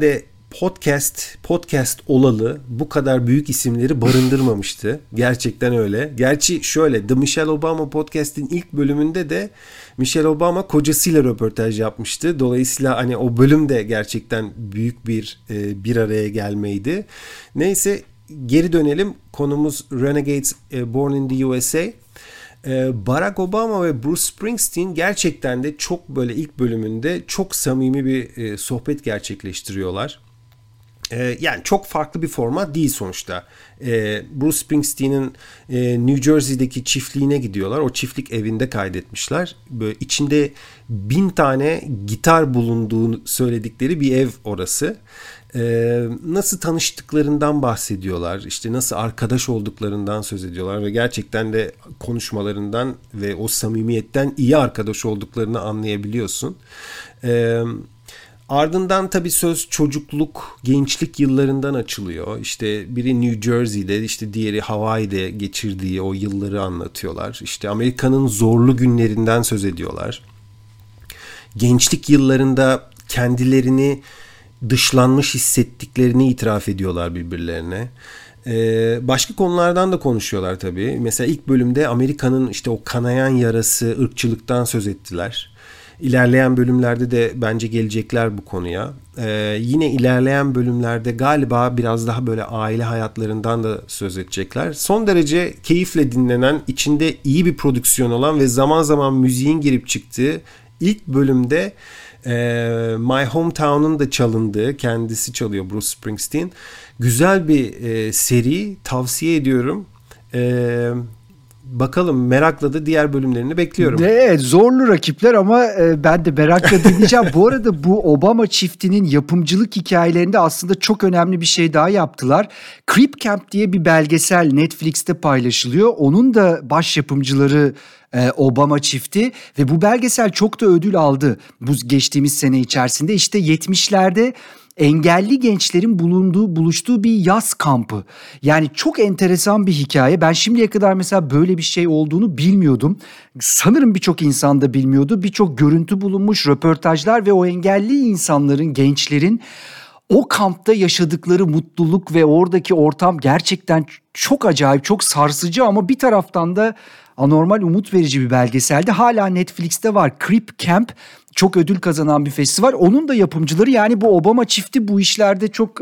podcast olalı bu kadar büyük isimleri barındırmamıştı. Gerçekten öyle. Gerçi şöyle, The Michelle Obama Podcast'in ilk bölümünde de Michelle Obama kocasıyla röportaj yapmıştı. Dolayısıyla hani o bölüm de gerçekten büyük bir araya gelmeydi. Neyse, geri dönelim. Konumuz Renegades Born in the USA. Barack Obama ve Bruce Springsteen gerçekten de çok böyle ilk bölümünde çok samimi bir sohbet gerçekleştiriyorlar. Yani çok farklı bir format değil sonuçta. Bruce Springsteen'in New Jersey'deki çiftliğine gidiyorlar. O çiftlik evinde kaydetmişler. Böyle içinde 1000 tane gitar bulunduğunu söyledikleri bir ev orası. Nasıl tanıştıklarından bahsediyorlar. İşte nasıl arkadaş olduklarından söz ediyorlar ve gerçekten de konuşmalarından ve o samimiyetten iyi arkadaş olduklarını anlayabiliyorsun. Ardından tabii söz çocukluk, gençlik yıllarından açılıyor. İşte biri New Jersey'de, işte diğeri Hawaii'de geçirdiği o yılları anlatıyorlar. İşte Amerika'nın zorlu günlerinden söz ediyorlar. Gençlik yıllarında kendilerini dışlanmış hissettiklerini itiraf ediyorlar birbirlerine. Başka konulardan da konuşuyorlar tabii. Mesela ilk bölümde Amerika'nın işte o kanayan yarası, ırkçılıktan söz ettiler. İlerleyen bölümlerde de bence gelecekler bu konuya. Yine ilerleyen bölümlerde galiba biraz daha böyle aile hayatlarından da söz edecekler. Son derece keyifle dinlenen, içinde iyi bir prodüksiyon olan ve zaman zaman müziğin girip çıktığı ilk bölümde My Hometown'un da çalındığı, kendisi çalıyor Bruce Springsteen. Güzel bir seri, tavsiye ediyorum. Bakalım, merakla da diğer bölümlerini bekliyorum. Evet, zorlu rakipler ama ben de merakla dinleyeceğim. Bu arada bu Obama çiftinin yapımcılık hikayelerinde aslında çok önemli bir şey daha yaptılar. Creep Camp diye bir belgesel Netflix'te paylaşılıyor. Onun da baş yapımcıları Obama çifti ve bu belgesel çok da ödül aldı bu geçtiğimiz sene içerisinde. İşte 70'lerde engelli gençlerin buluştuğu bir yaz kampı. Yani çok enteresan bir hikaye. Ben şimdiye kadar mesela böyle bir şey olduğunu bilmiyordum. Sanırım birçok insan da bilmiyordu. Birçok görüntü bulunmuş, röportajlar ve o engelli insanların, gençlerin o kampta yaşadıkları mutluluk ve oradaki ortam gerçekten çok acayip, çok sarsıcı ama bir taraftan da anormal, umut verici bir belgeseldi. Hala Netflix'te var. Creep Camp çok ödül kazanan bir festival. Onun da yapımcıları, yani bu Obama çifti bu işlerde çok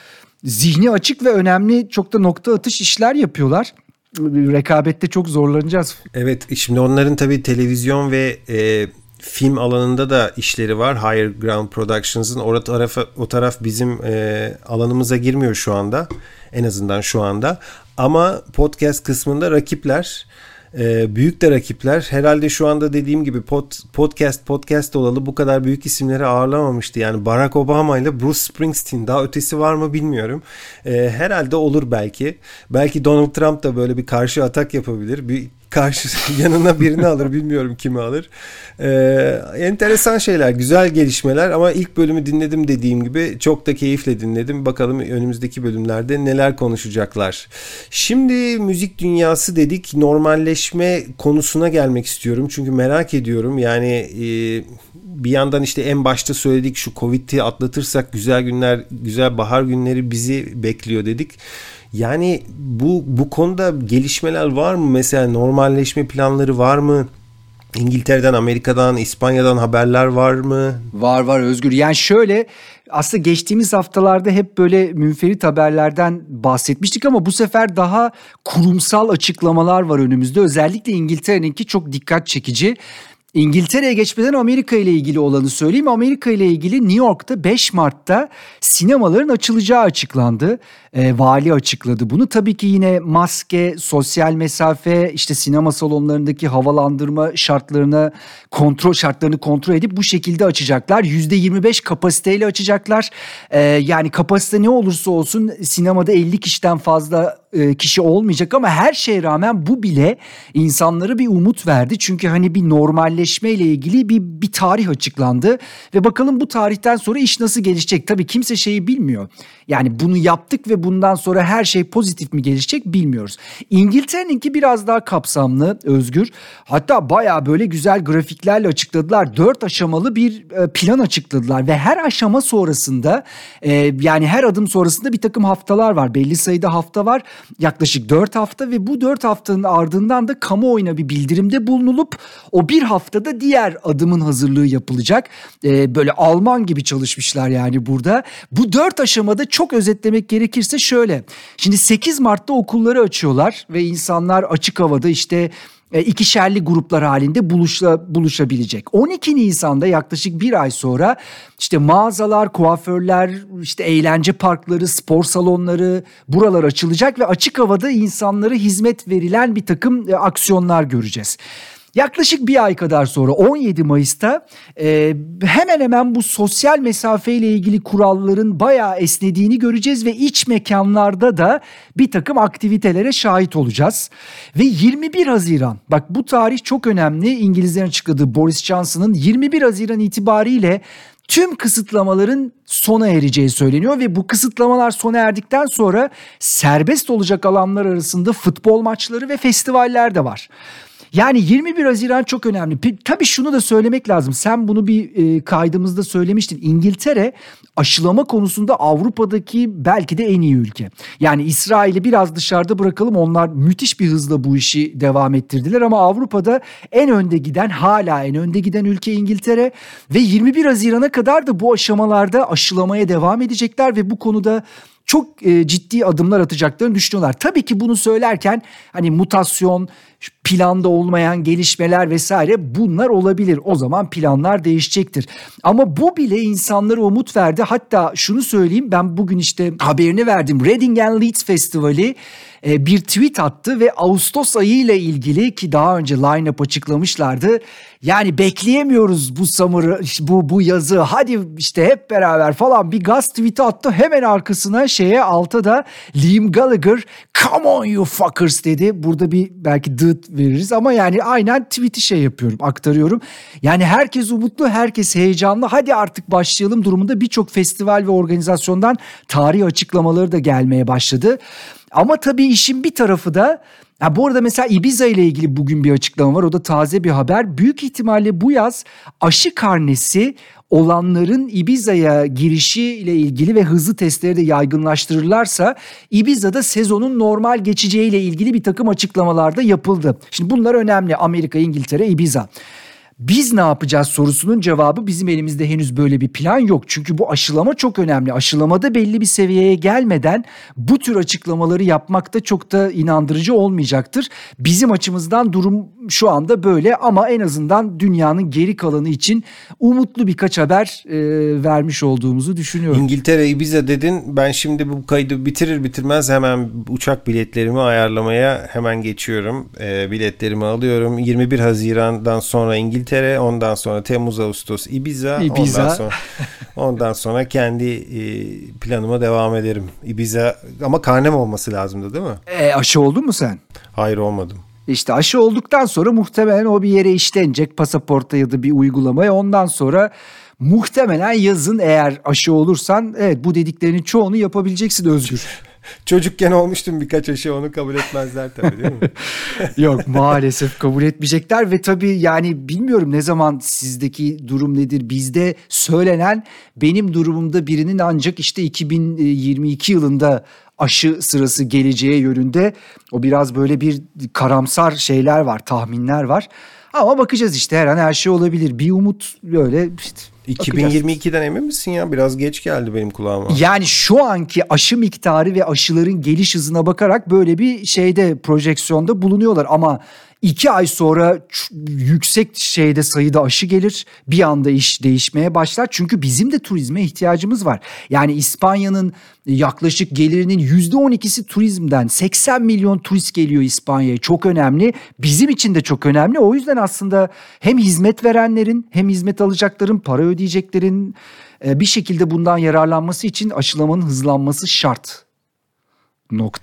zihni açık ve önemli, çok da nokta atış işler yapıyorlar. Rekabette çok zorlanacağız. Evet, şimdi onların tabii televizyon ve film alanında da işleri var. Higher Ground Productions'ın o taraf bizim alanımıza girmiyor şu anda. En azından şu anda. Ama podcast kısmında rakipler. Büyük de rakipler. Herhalde şu anda dediğim gibi podcast olalı bu kadar büyük isimleri ağırlamamıştı. Yani Barack Obama ile Bruce Springsteen, daha ötesi var mı bilmiyorum. Herhalde olur belki. Belki Donald Trump da böyle bir karşı atak yapabilir. Bir karşı yanına birini alır, bilmiyorum kimi alır. Enteresan şeyler, güzel gelişmeler ama ilk bölümü dinledim, dediğim gibi çok da keyifle dinledim. Bakalım önümüzdeki bölümlerde neler konuşacaklar. Şimdi müzik dünyası dedik, normalleşme konusuna gelmek istiyorum çünkü merak ediyorum. Yani bir yandan işte en başta söyledik, şu Covid'i atlatırsak güzel günler, güzel bahar günleri bizi bekliyor dedik. Yani bu konuda gelişmeler var mı? Mesela normalleşme planları var mı? İngiltere'den, Amerika'dan, İspanya'dan haberler var mı? Var Özgür. Yani şöyle, aslında geçtiğimiz haftalarda hep böyle münferit haberlerden bahsetmiştik ama bu sefer daha kurumsal açıklamalar var önümüzde. Özellikle İngiltere'ninki çok dikkat çekici. İngiltere'ye geçmeden Amerika ile ilgili olanı söyleyeyim. Amerika ile ilgili New York'ta 5 Mart'ta sinemaların açılacağı açıklandı. Vali açıkladı bunu. Tabii ki yine maske, sosyal mesafe, işte sinema salonlarındaki havalandırma şartlarını kontrol edip bu şekilde açacaklar. %25 kapasiteyle açacaklar. Yani kapasite ne olursa olsun sinemada 50 kişiden fazla kişi olmayacak ama her şeye rağmen bu bile insanlara bir umut verdi. Çünkü hani bir normalleşme ile ilgili bir tarih açıklandı ve bakalım bu tarihten sonra iş nasıl gelişecek? Tabii kimse şeyi bilmiyor. Yani bunu yaptık ve bundan sonra her şey pozitif mi gelişecek bilmiyoruz. İngiltere'ninki biraz daha kapsamlı, Özgür. Hatta bayağı böyle güzel grafiklerle açıkladılar. 4 aşamalı bir plan açıkladılar ve her aşama sonrasında yani her adım sonrasında bir takım haftalar var. Belli sayıda hafta var. Yaklaşık 4 hafta ve bu 4 haftanın ardından da kamuoyuna bir bildirimde bulunulup o bir haftada diğer adımın hazırlığı yapılacak. Böyle Alman gibi çalışmışlar yani burada. Bu 4 aşamada çok özetlemek gerekirse şöyle. Şimdi 8 Mart'ta okulları açıyorlar ve insanlar açık havada işte ikişerli gruplar halinde buluşabilecek. 12 Nisan'da yaklaşık bir ay sonra işte mağazalar, kuaförler, işte eğlence parkları, spor salonları buralar açılacak ve açık havada insanlara hizmet verilen bir takım aksiyonlar göreceğiz. Yaklaşık bir ay kadar sonra 17 Mayıs'ta hemen hemen bu sosyal mesafeyle ilgili kuralların bayağı esnediğini göreceğiz ve iç mekanlarda da bir takım aktivitelere şahit olacağız. Ve 21 Haziran, bak bu tarih çok önemli, İngilizlerin açıkladığı Boris Johnson'ın 21 Haziran itibariyle tüm kısıtlamaların sona ereceği söyleniyor ve bu kısıtlamalar sona erdikten sonra serbest olacak alanlar arasında futbol maçları ve festivaller de var. Yani 21 Haziran çok önemli. Tabii şunu da söylemek lazım. Sen bunu bir kaydımızda söylemiştin. İngiltere aşılama konusunda Avrupa'daki belki de en iyi ülke. Yani İsrail'i biraz dışarıda bırakalım. Onlar müthiş bir hızla bu işi devam ettirdiler. Ama Avrupa'da hala en önde giden ülke İngiltere. Ve 21 Haziran'a kadar da bu aşamalarda aşılamaya devam edecekler ve bu konuda çok ciddi adımlar atacaklarını düşünüyorlar. Tabii ki bunu söylerken hani mutasyon, planda olmayan gelişmeler vesaire bunlar olabilir. O zaman planlar değişecektir. Ama bu bile insanlara umut verdi. Hatta şunu söyleyeyim, ben bugün işte haberini verdim. Reading and Leeds Festivali bir tweet attı ve Ağustos ayı ile ilgili, ki daha önce line-up açıklamışlardı. Yani bekleyemiyoruz bu summer'ı, bu yazı, hadi işte hep beraber falan bir gaz tweet'i attı. Hemen arkasına alta da Liam Gallagher "Come on you fuckers" dedi. Burada bir belki dıt veririz ama yani aynen tweet'i aktarıyorum. Yani herkes umutlu, herkes heyecanlı. Hadi artık başlayalım durumunda birçok festival ve organizasyondan tarih açıklamaları da gelmeye başladı. Ama tabii işin bir tarafı da, bu arada mesela Ibiza ile ilgili bugün bir açıklama var. O da taze bir haber. Büyük ihtimalle bu yaz aşı karnesi olanların Ibiza'ya girişi ile ilgili ve hızlı testleri de yaygınlaştırırlarsa Ibiza'da sezonun normal geçeceği ile ilgili bir takım açıklamalar da yapıldı. Şimdi bunlar önemli. Amerika, İngiltere, Ibiza. Biz ne yapacağız sorusunun cevabı, bizim elimizde henüz böyle bir plan yok. Çünkü bu aşılama çok önemli. Aşılamada belli bir seviyeye gelmeden bu tür açıklamaları yapmak da çok da inandırıcı olmayacaktır. Bizim açımızdan durum şu anda böyle ama en azından dünyanın geri kalanı için umutlu birkaç haber vermiş olduğumuzu düşünüyorum. İngiltere, Ibiza dedin. Ben şimdi bu kaydı bitirir bitirmez hemen uçak biletlerimi ayarlamaya hemen geçiyorum. Biletlerimi alıyorum. 21 Haziran'dan sonra İngiltere, ondan sonra Temmuz, Ağustos Ibiza. Ondan sonra kendi planıma devam ederim. Ibiza ama karnem olması lazımdı değil mi? Aşı oldun mu sen? Hayır, olmadım. İşte aşı olduktan sonra muhtemelen o bir yere işlenecek, pasaporta ya da bir uygulamaya. Ondan sonra muhtemelen yazın eğer aşı olursan evet bu dediklerinin çoğunu yapabileceksin Özgür. Çocukken olmuştum birkaç aşı, onu kabul etmezler tabii değil mi? Yok, maalesef kabul etmeyecekler ve tabii yani bilmiyorum ne zaman sizdeki durum nedir? Bizde söylenen, benim durumumda birinin ancak işte 2022 yılında aşı sırası geleceği yönünde, o biraz böyle bir karamsar şeyler var, tahminler var. Ama bakacağız işte, her an her şey olabilir. Bir umut böyle işte. 2022'den emin misin ya? Biraz geç geldi benim kulağıma. Yani şu anki aşı miktarı ve aşıların geliş hızına bakarak böyle bir projeksiyonda bulunuyorlar. Ama 2 ay sonra yüksek sayıda aşı gelir. Bir anda iş değişmeye başlar. Çünkü bizim de turizme ihtiyacımız var. Yani İspanya'nın yaklaşık gelirinin %12'si turizmden. 80 milyon turist geliyor İspanya'ya. Çok önemli. Bizim için de çok önemli. O yüzden aslında hem hizmet verenlerin hem hizmet alacakların, para ödeyeceklerin bir şekilde bundan yararlanması için aşılamanın hızlanması şart. Nokta.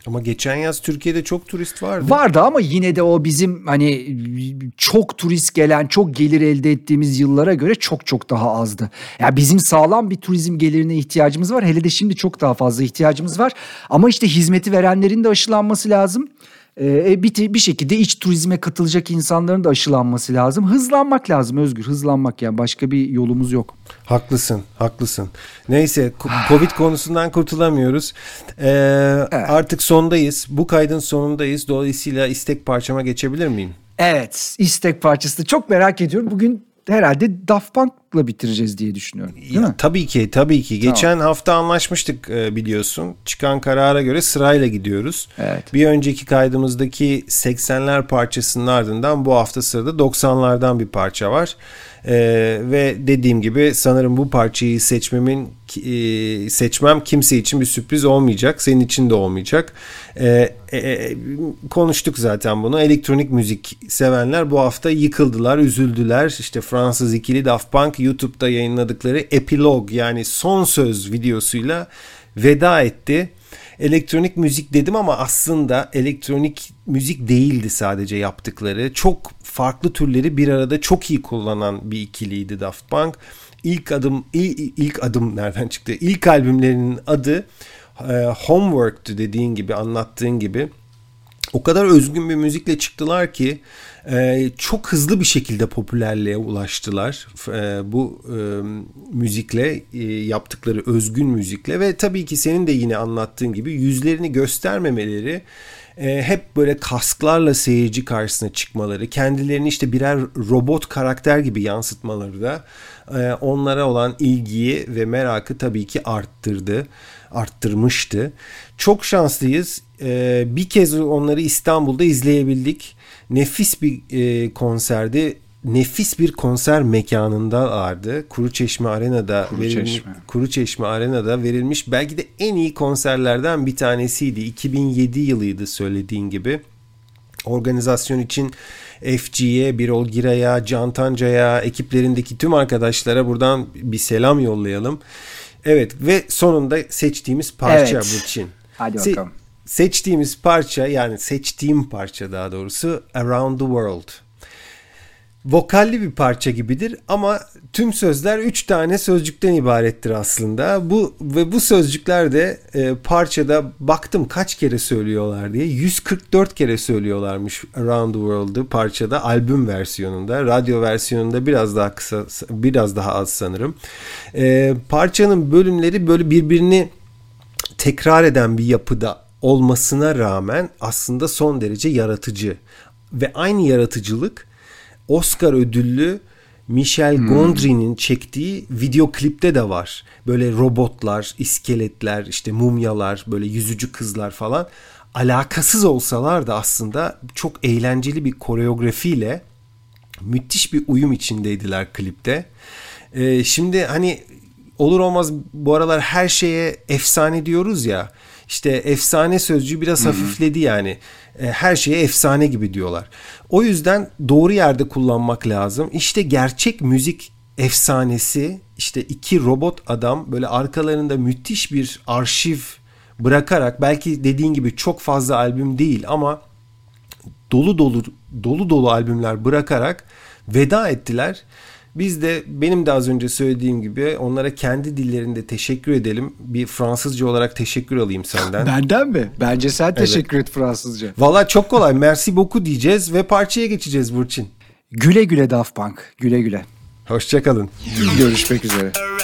Ama geçen yaz Türkiye'de çok turist vardı. Vardı ama yine de o bizim hani çok turist gelen, çok gelir elde ettiğimiz yıllara göre çok çok daha azdı. Ya bizim sağlam bir turizm gelirine ihtiyacımız var. Hele de şimdi çok daha fazla ihtiyacımız var. Ama işte hizmeti verenlerin de aşılanması lazım. Bir şekilde iç turizme katılacak insanların da aşılanması lazım. Hızlanmak lazım Özgür, hızlanmak, yani başka bir yolumuz yok. Haklısın. Neyse, Covid konusundan kurtulamıyoruz. Evet. Artık sondayız. Bu kaydın sonundayız. Dolayısıyla istek parçama geçebilir miyim? Evet, istek parçası da çok merak ediyorum. Bugün herhalde Daft Punk'la bitireceğiz diye düşünüyorum. Değil mi? Tabii ki. Geçen hafta anlaşmıştık biliyorsun. Çıkan karara göre sırayla gidiyoruz. Evet. Bir önceki kaydımızdaki 80'ler parçasının ardından bu hafta sırada 90'lardan bir parça var. Ve dediğim gibi sanırım bu parçayı seçmem kimse için bir sürpriz olmayacak. Senin için de olmayacak. Konuştuk zaten bunu. Elektronik müzik sevenler bu hafta yıkıldılar, üzüldüler. İşte Fransız ikili Daft Punk YouTube'da yayınladıkları epilog, yani son söz videosuyla veda etti. Elektronik müzik dedim ama aslında elektronik müzik değildi sadece yaptıkları. Çok farklı türleri bir arada çok iyi kullanan bir ikiliydi Daft Punk. İlk adım nereden çıktı? İlk albümlerinin adı Homework'tü, dediğin gibi, anlattığın gibi. O kadar özgün bir müzikle çıktılar ki çok hızlı bir şekilde popülerliğe ulaştılar bu müzikle, yaptıkları özgün müzikle. Ve tabii ki senin de yine anlattığın gibi yüzlerini göstermemeleri, hep böyle kasklarla seyirci karşısına çıkmaları, kendilerini işte birer robot karakter gibi yansıtmaları da onlara olan ilgiyi ve merakı tabii ki arttırmıştı. Çok şanslıyız. Bir kez onları İstanbul'da izleyebildik. Nefis bir konserdi. Nefis bir konser mekanındalardı. Kuruçeşme Arena'da verilmiş belki de en iyi konserlerden bir tanesiydi. 2007 yılıydı söylediğin gibi. Organizasyon için FG'ye, Birol Giray'a, Can Tanca'ya, ekiplerindeki tüm arkadaşlara buradan bir selam yollayalım. Evet, ve sonunda seçtiğimiz parça bu için. Hadi bakalım. Seçtiğim parça daha doğrusu Around the World. Vokalli bir parça gibidir ama tüm sözler 3 tane sözcükten ibarettir aslında. Bu sözcükler de parçada baktım kaç kere söylüyorlar diye. 144 kere söylüyorlarmış Around the World'ı parçada, albüm versiyonunda. Radyo versiyonunda biraz daha az sanırım. Parçanın bölümleri böyle birbirini tekrar eden bir yapıda olmasına rağmen aslında son derece yaratıcı. Ve aynı yaratıcılık Oscar ödüllü Michel Gondry'nin çektiği video klipte de var. Böyle robotlar, iskeletler, işte mumyalar, böyle yüzücü kızlar falan. Alakasız olsalar da aslında çok eğlenceli bir koreografiyle müthiş bir uyum içindeydiler klipte. Şimdi hani olur olmaz bu aralar her şeye efsane diyoruz ya. İşte efsane sözcüğü biraz hafifledi yani. Her şeye efsane gibi diyorlar. O yüzden doğru yerde kullanmak lazım. İşte gerçek müzik efsanesi, işte iki robot adam böyle arkalarında müthiş bir arşiv bırakarak, belki dediğin gibi çok fazla albüm değil ama dolu albümler bırakarak veda ettiler. Biz de benim de az önce söylediğim gibi onlara kendi dillerinde teşekkür edelim. Bir Fransızca olarak teşekkür alayım senden. Benden mi? Bence sen teşekkür et Fransızca. Valla çok kolay. Merci beaucoup diyeceğiz ve parçaya geçeceğiz Burçin. Güle güle Daft Punk. Güle güle. Hoşça kalın. Görüşmek üzere.